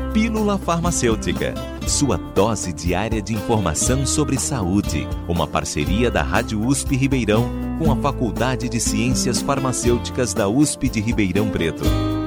Pílula Farmacêutica, sua dose diária de informação sobre saúde. Uma parceria da Rádio USP Ribeirão com a Faculdade de Ciências Farmacêuticas da USP de Ribeirão Preto.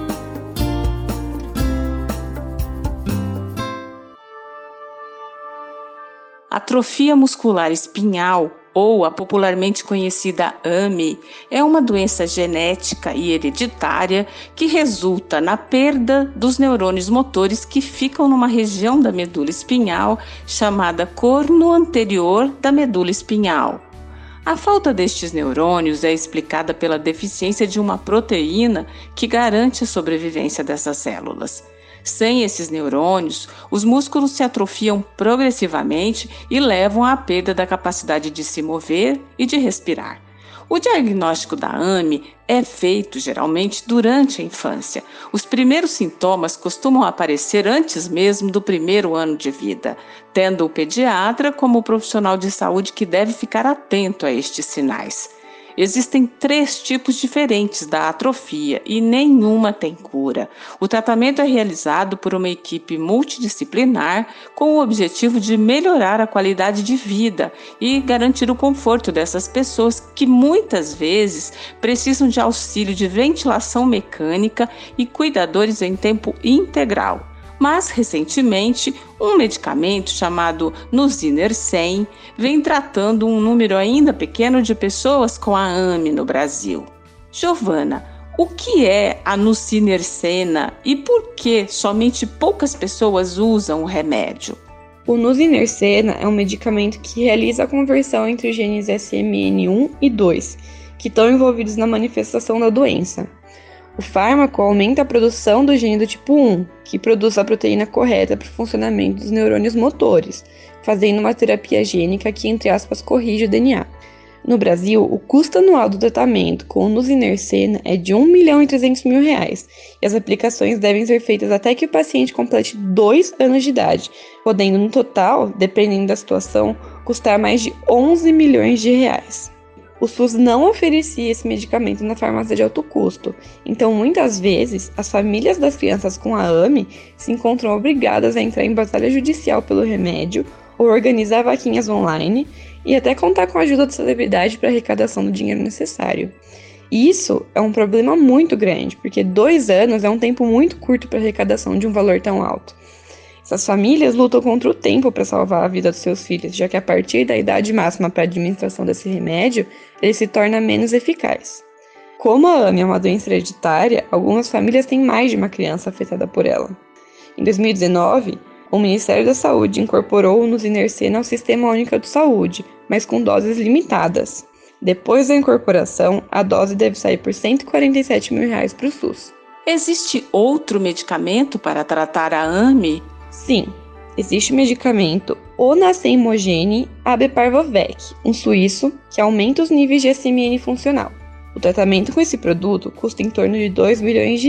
Atrofia muscular espinhal, ou a popularmente conhecida AME, é uma doença genética e hereditária que resulta na perda dos neurônios motores que ficam numa região da medula espinhal chamada corno anterior da medula espinhal. A falta destes neurônios é explicada pela deficiência de uma proteína que garante a sobrevivência dessas células. Sem esses neurônios, os músculos se atrofiam progressivamente e levam à perda da capacidade de se mover e de respirar. O diagnóstico da AME é feito geralmente durante a infância. Os primeiros sintomas costumam aparecer antes mesmo do primeiro ano de vida, tendo o pediatra como o profissional de saúde que deve ficar atento a estes sinais. Existem 3 tipos diferentes da atrofia e nenhuma tem cura. O tratamento é realizado por uma equipe multidisciplinar com o objetivo de melhorar a qualidade de vida e garantir o conforto dessas pessoas que muitas vezes precisam de auxílio de ventilação mecânica e cuidadores em tempo integral. Mas, recentemente, um medicamento chamado Nusinersen vem tratando um número ainda pequeno de pessoas com a AME no Brasil. Giovana, o que é a nusinersena e por que somente poucas pessoas usam o remédio? O nusinersena é um medicamento que realiza a conversão entre os genes SMN1 e 2, que estão envolvidos na manifestação da doença. O fármaco aumenta a produção do gene do tipo 1, que produz a proteína correta para o funcionamento dos neurônios motores, fazendo uma terapia gênica que, entre aspas, corrige o DNA. No Brasil, o custo anual do tratamento com o nusinersena é de R$ 1.300.000 e as aplicações devem ser feitas até que o paciente complete 2 anos de idade, podendo, no total, dependendo da situação, custar mais de R$ 11 milhões. O SUS não oferecia esse medicamento na farmácia de alto custo, então muitas vezes as famílias das crianças com a AME se encontram obrigadas a entrar em batalha judicial pelo remédio ou organizar vaquinhas online e até contar com a ajuda da celebridade para a arrecadação do dinheiro necessário. Isso é um problema muito grande, porque 2 anos é um tempo muito curto para a arrecadação de um valor tão alto. Essas famílias lutam contra o tempo para salvar a vida dos seus filhos, já que a partir da idade máxima para a administração desse remédio, ele se torna menos eficaz. Como a AME é uma doença hereditária, algumas famílias têm mais de uma criança afetada por ela. Em 2019, o Ministério da Saúde incorporou o nusinersena ao Sistema Único de Saúde, mas com doses limitadas. Depois da incorporação, a dose deve sair por R$ 147 mil para o SUS. Existe outro medicamento para tratar a AME? Sim, existe o medicamento Onasemogene Abeparvovec, um suíço que aumenta os níveis de SMN funcional. O tratamento com esse produto custa em torno de $2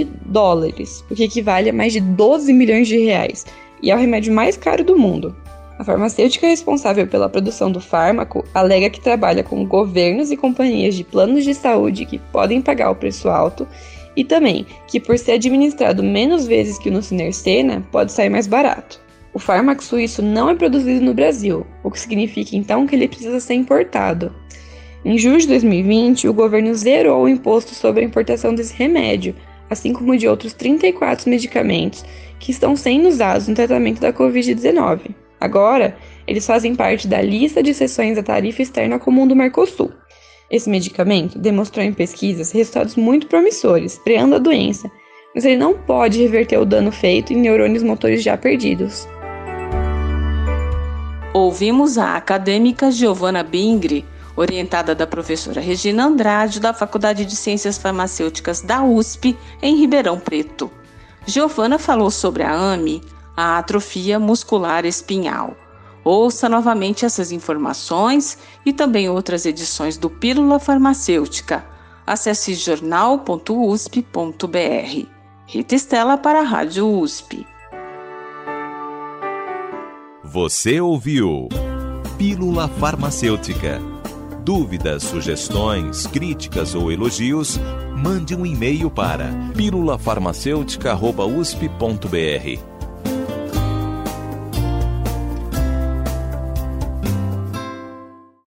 milhões, o que equivale a mais de 12 milhões de reais, e é o remédio mais caro do mundo. A farmacêutica responsável pela produção do fármaco alega que trabalha com governos e companhias de planos de saúde que podem pagar o preço alto e também que, por ser administrado menos vezes que o nusinersena, pode sair mais barato. O fármaco suíço não é produzido no Brasil, o que significa então que ele precisa ser importado. Em julho de 2020, o governo zerou o imposto sobre a importação desse remédio, assim como de outros 34 medicamentos que estão sendo usados no tratamento da Covid-19. Agora, eles fazem parte da lista de exceções à tarifa externa comum do Mercosul. Esse medicamento demonstrou em pesquisas resultados muito promissores, freando a doença, mas ele não pode reverter o dano feito em neurônios motores já perdidos. Ouvimos a acadêmica Giovana Bingri, orientada da professora Regina Andrade, da Faculdade de Ciências Farmacêuticas da USP, em Ribeirão Preto. Giovana falou sobre a AME, a atrofia muscular espinhal. Ouça novamente essas informações e também outras edições do Pílula Farmacêutica. Acesse jornal.usp.br. Rita Estela para a Rádio USP. Você ouviu Pílula Farmacêutica. Dúvidas, sugestões, críticas ou elogios, mande um e-mail para pílulafarmacêutica@usp.br.